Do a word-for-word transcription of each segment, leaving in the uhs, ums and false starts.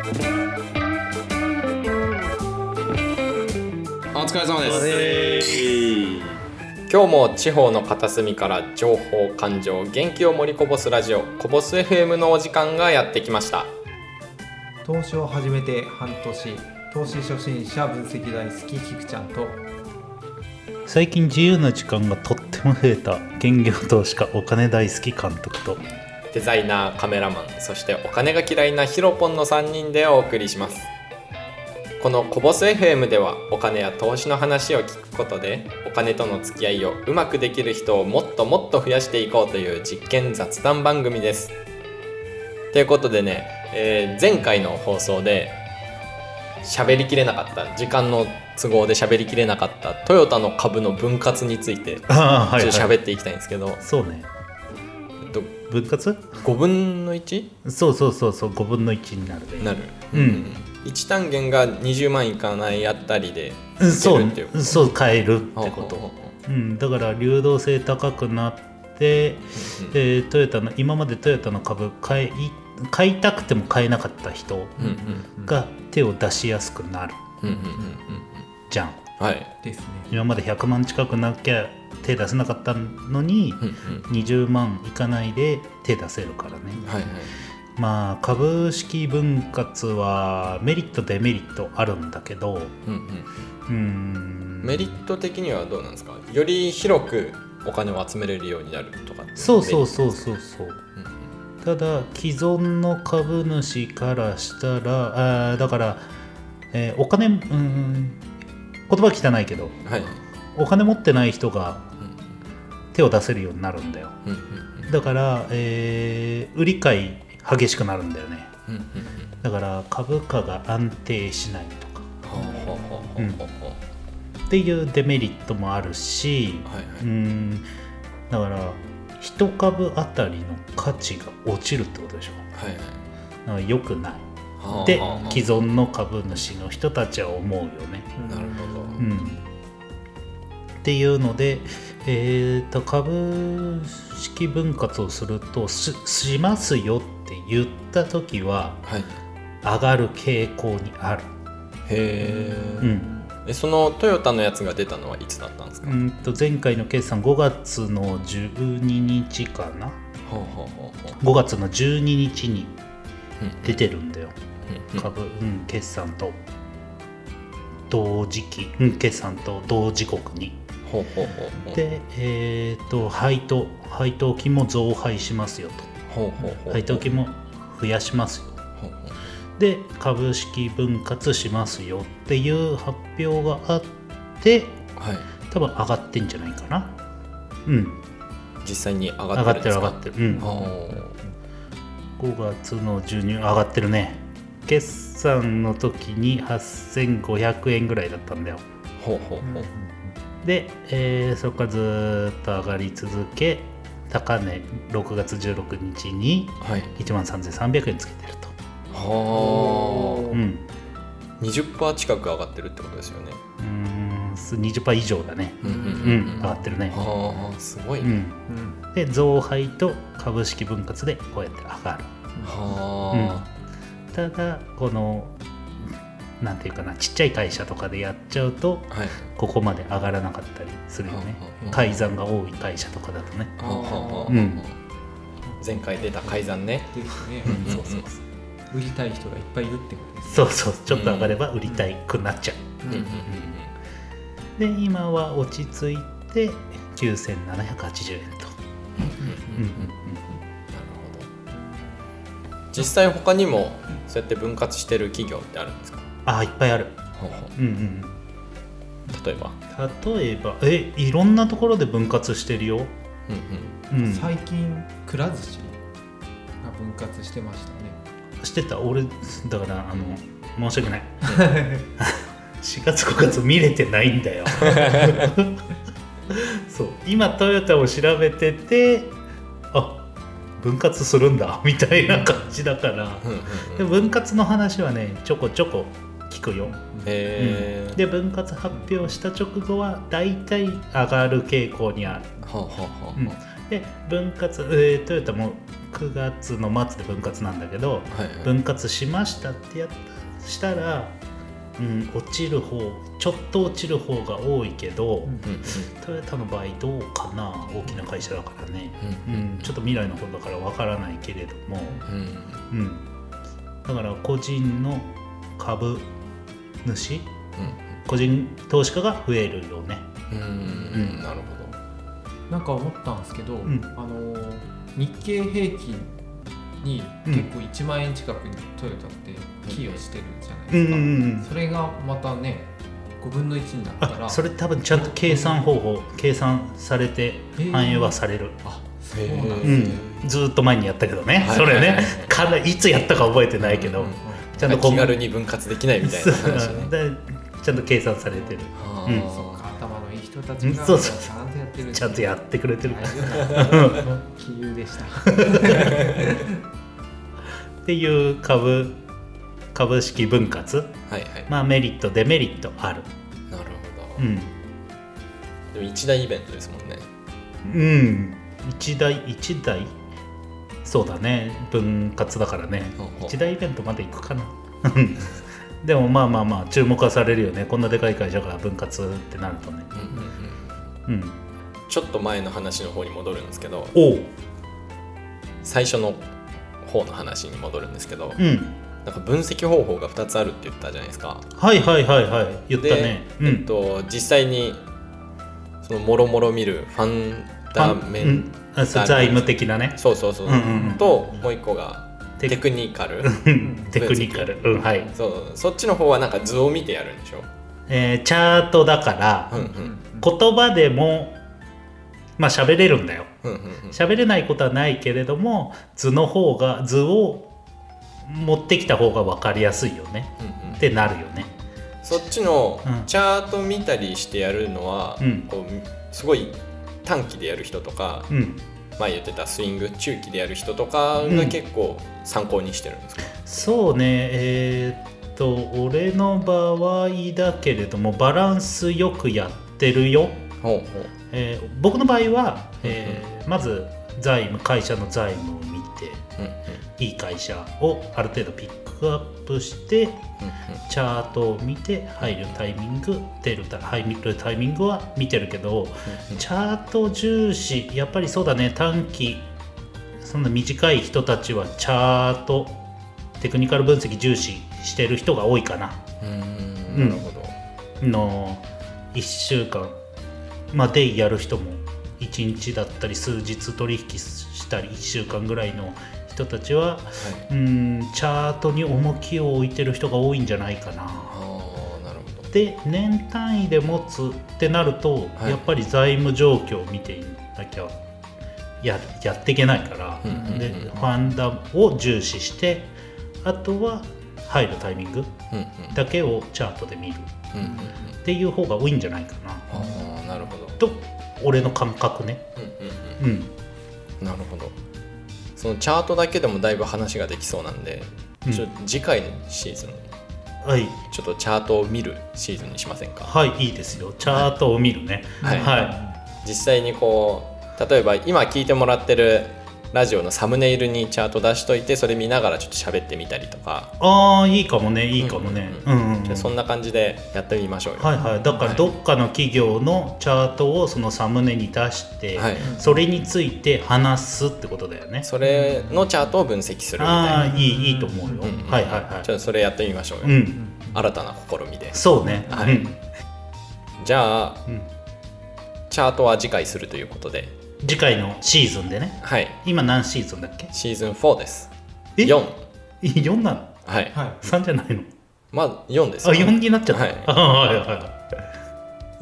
お疲れ様です。 今日も地方の片隅から情報、感情、元気を盛りこぼすラジオこぼす エフエム のお時間がやってきました。 投資を始めて半年、投資初心者分析大好きキクちゃんと、 最近自由な時間がとっても増えた兼業投資家お金大好き監督と、 デザイナー、カメラマン、そしてお金が嫌いなヒロポンのさんにんでお送りします。このこぼす エフエム ではお金や投資の話を聞くことでお金との付き合いをうまくできる人をもっともっと増やしていこうという実験雑談番組です。ということでね、えー、前回の放送で喋りきれなかった時間の都合で喋りきれなかったトヨタの株の分割についてちょっと喋っていきたいんですけど、 そうね、 えっと、 分割ごぶんのいち？ そうそうそうそう、ごぶんのいちになるね。 なる、 うん、 いち単元がにじゅうまんいかないあたりでそうっていうそう買えるってこと、うん、だから流動性高くなって、うんうん、えー、トヨタの今までトヨタの株買い買いたくても買えなかった人が手を出しやすくなる、うんうんうんうん、じゃん、 はい、 ですね。 今までひゃくまん近くなきゃ手出せなかったのに、うんうん、にじゅうまんいかないで手出せるからね、はいはい。まあ株式分割はメリットデメリットあるんだけど、うんうん、うーんメリット的にはどうなんですか？より広くお金を集めれるようになるとかって。 そうそうそうそうそう、うんうん、ただ既存の株主からしたらあだから、えー、お金、うん、言葉汚いけど、はい、お金持ってない人が手を出せるようになるんだよ、うんうんうん、だから、えー、売り買い激しくなるんだよね、うんうんうん、だから株価が安定しないとか、うん、っていうデメリットもあるし、はいはい、うーんだからいち株あたりの価値が落ちるってことでしょ、はいはい、だから良くないで既存の株主の人たちは思うよね、 なるほど、 うん、っていうので、えー、と株式分割をすると し, しますよって言った時は、はい、上がる傾向にある。 へー、うん、えそのトヨタのやつが出たのはいつだったんですか？ うんと前回の決算ごがつのじゅうににちかな、ほうほうほうほうごがつのじゅうににちに出てるんだよ、うん、株、うん、決算と同時期、うん、決算と同時刻にほうほうほうほうで、えー、と配当配当金も増配しますよと、ほうほうほうほう配当金も増やしますよ、ほうほうで株式分割しますよっていう発表があって、はい、多分上がってんじゃないかな。うん、 実際に上がってるんですか？ 上がってる上がってる、うん、ごがつのじゅうに上がってるね。決算の時にはっせんごひゃくえんぐらいだったんだよ。ほうほうほうで、えー、そこからずっと上がり続け、高値ろくがつじゅうろくにちにいちまんさんぜんさんびゃくえんつけてると。 はあ、うん、にじゅっパーセント 近く上がってるってことですよね。 うーん にじゅっパーセント 以上だね、うんうんうんうん、上がってるね。 はあ、すごいね、 うん、で増配と株式分割でこうやって上がる。はあ、うん、ただこのなんていうかな、ちっちゃい会社とかでやっちゃうと、はい、ここまで上がらなかったりするよね、改ざんが多い会社とかだとね、うん、 前回出た改ざんねですね、うん、そうそうそう、売りたい人がいっぱいいるってことです、ね、 そうそう、ちょっと上がれば売りたいくなっちゃう、うんうんうんうん、で今は落ち着いてきゅうせんななひゃくはちじゅうえんと、うんうんうん、なるほど。実際他にもそうやって分割してる企業ってあるんですか？ あ、いっぱいある。ほうほう、うんうん、 例えば例えばえいろんなところで分割してるよ、 うんうんうん、最近くら寿司が分割してましたね。 してた？俺だからあの申し訳ないしがつごがつ見れてないんだよそう、今トヨタを調べてて、あ、分割するんだみたいな感じだから、うんうんうん、で分割の話はねちょこちょこ聞くよ。へ、うん、で分割発表した直後はだいたい上がる傾向にある。はあはあはあ、うん、で分割、えー、トヨタもくがつの末で分割なんだけど、 はいはい、 分割しましたってやったしたら、うん、落ちる方ちょっと落ちる方が多いけど、うん、トヨタの場合どうかな、大きな会社だからね、うんうん、ちょっと未来のことだからわからないけれども、うんうん、だから個人の株主、うん、個人投資家が増えるよね。 うん、うん、なるほど。 なんか思ったんですけど、うん、あの日経平均に結構いちまんえん近くにトヨタって寄与してるじゃないですか、うんうんうん、それがまたねごぶんのいちになったら、 それ多分ちゃんと計算方法計算されて反映はされる。 あ、そうなんですね、 うん、ずっと前にやったけどね、それねかないつやったか覚えてないけど、うんうん、 ちゃんと気軽に分割できないみたいな話ねちゃんと計算されてる。 うん、そうか、頭のいい人たちがちゃんとやってる、 ちゃんとやってくれてる気流でしたっていう株株式分割、 はいはい、 まあメリットデメリットある。 なるほど、 うん、 でも一大イベントですもんね。 うん一大一大そうだね、分割だからね、ほうほう一大イベントまで行くかなでもまあまあまあ注目はされるよね、こんなでかい会社が分割ってなるとね、うんうんうん、 ちょっと前の話の方に戻るんですけど、 お最初の方の話に戻るんですけど、 うん、 なんか分析方法がふたつあるって言ったじゃないですか。 はいはいはいはい、言ったね。 で、えっと、実際にそのもろもろ見るファンダメンタル、 財務的なね、 そうそうそう、うんうんうん、ともう一個がテクニカルテクニカル、うん、はい、 そう、そっちの方はなんか図を見てやるんでしょ、 えー、チャートだから、うんうん、言葉でもまあ喋れるんだよ、うんうんうん、喋れないことはないけれども図の方が図を持ってきた方が分かりやすいよね、うんうん、ってなるよね。 そっちのチャート見たりしてやるのは、うん、こうすごい短期でやる人とか、うん、前言ってたスイング中期でやる人とかが結構参考にしてるんですか？うん、 そうね、えー、っと俺の場合だけれどもバランスよくやってるよ。 ほうほう、 えー、僕の場合は、えーうん、まず財務会社の財務を見て、うんうん、いい会社をある程度ピックアップして、うんうん、チャートを見て入るタイミング出る入るタイミングは見てるけど、うんうん、チャート重視やっぱりそうだね、短期そんな短い人たちはチャートテクニカル分析重視してる人が多いかな。 うーん、なるほど。 のいっしゅうかんまでやる人もいちにちだったり数日取引したりいっしゅうかんぐらいの人たちは、はい、うーんチャートに重きを置いてる人が多いんじゃないかな。 あ、なるほど。 で年単位で持つってなると、はい、やっぱり財務状況を見ていなきゃ や, やっていけないから、うんうんうん、でファンダを重視してあとは入るタイミングだけをチャートで見る、うんうんうん、っていう方が多いんじゃないかな。 あ、なるほど。 と俺の感覚ね。 うんうんうん。うん、なるほど。そのチャートだけでもだいぶ話ができそうなんで、うん、ちょ次回のシーズン、 はい、 ちょっとチャートを見るシーズンにしませんか？ はい、いいですよ。チャートを見るね。はい。はいはい、 実際にこう例えば今聞いてもらってるラジオのサムネイルにチャート出しといてそれ見ながらちょっと喋ってみたりとか。 ああ、いいかもね、いいかもね。うんうんうん、 じゃあそんな感じでやってみましょうよ。 はいはい。だからどっかの企業のチャートをそのサムネに出して、はい、それについて話すってことだよね。 それのチャートを分析するみたいな。 ああ、いいいいと思うよ。うんうん、はいはいはい。 ちょっとそれやってみましょうよ。うん、新たな試みで。 そうね。 はい。うん、じゃあ、うん、チャートは次回するということで。 次回のシーズンでね。 はい。 今何シーズンだっけ？シーズンフォーです。 え？ よん。 よんなの？ はい。 さんじゃないの？ まあよんですよ、 ね。あ、よんになっちゃった。はい。はいはい。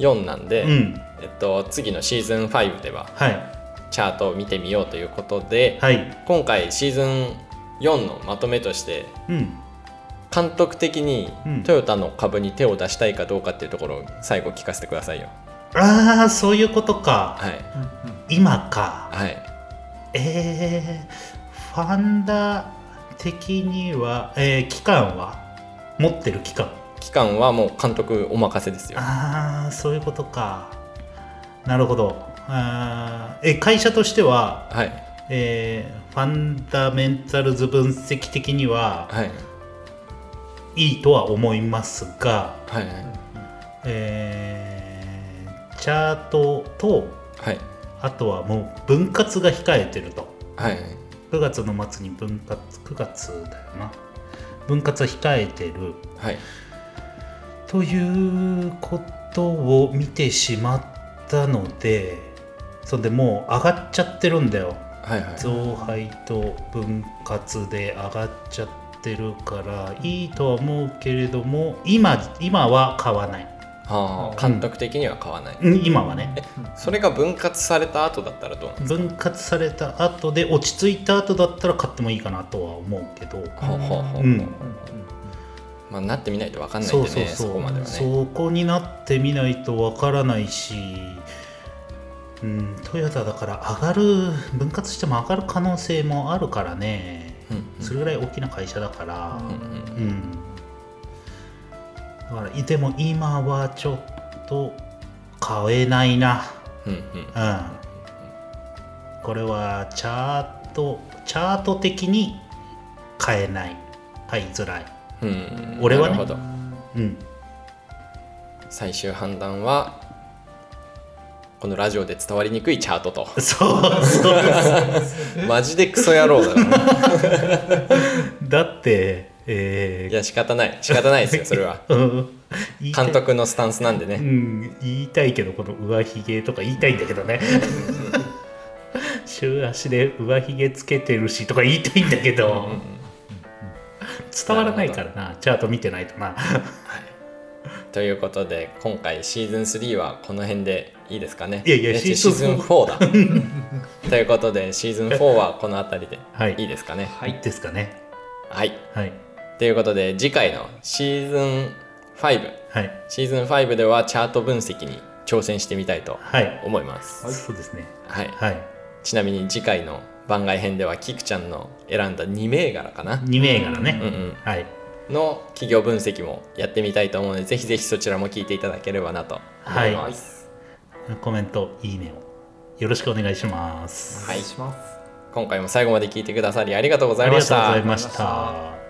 よんなんで、 うん、 えっと次のシーズンファイブでは、 はい、 チャートを見てみようということで、 はい、 今回シーズンよんのまとめとして、 うん、 監督的にトヨタの株に手を出したいかどうかっていうところを最後聞かせてくださいよ。 ああ、そういうことか。 はい。 今か。 はい。 えー、ファンダ的には、えー、期間は持ってる期間期間はもう監督お任せですよ。 ああ、そういうことか。なるほど。あえ会社としては、 はい、 えー、ファンダメンタルズ分析的には、はい、いいとは思いますが、はいはい、えー、チャートと、はい、あとはもう分割が控えてると、はい、くがつの末に分割くがつだよな分割は控えてる、はい、ということを見てしまったので、それでもう上がっちゃってるんだよ、はいはい、増配と分割で上がっちゃってるからいいとは思うけれども 今, 今は買わない、 はあ、監督的には買わない、 うん、今はね。 それが分割された後だったらどうなんですか？ 分割された後で落ち着いた後だったら買ってもいいかなとは思うけど、はあはあ、うん、 まあ、なってみないと分かんないんでね、そうそうそう、そこまではね。 そこになってみないと分からないし、うん、トヨタだから上がる分割しても上がる可能性もあるからね、うんうん、それぐらい大きな会社だから、うんうんうん、だからでも今はちょっと買えないな、うんうんうん、これはチャートチャート的に買えない、買いづらい、うん、俺はね、なるほど、うん、 最終判断はこのラジオで伝わりにくいチャートと。 そうそうマジでクソ野郎だなだって、えー、 いや仕方ない仕方ないですよそれは、うん、監督のスタンスなんでね、 うん、言いたいけどこの上髭とか言いたいんだけどね週足で上髭つけてるしとか言いたいんだけど、うんうんうん、伝わらないからな、チャート見てないとな、はい、 ということで今回シーズンスリーはこの辺でいいですかね。 いやいやシーズンフォーだということでシーズンフォーはこの辺りでいいですかね。 はい、はい、ですかね。 はい、はい、ということで次回のシーズンファイブ、はい、シーズンファイブではチャート分析に挑戦してみたいと思います。 はい、そうですね。 はい、はい、ちなみに次回の番外編ではキクちゃんの選んだに銘柄かな、 に銘柄ね、うんうん、 はい、の企業分析もやってみたいと思うので、ぜひぜひそちらも聞いていただければなと思います。 はい、コメント、いいねをよろしくお願いします。 はい、今回も最後まで聞いてくださりありがとうございました。 ありがとうございました。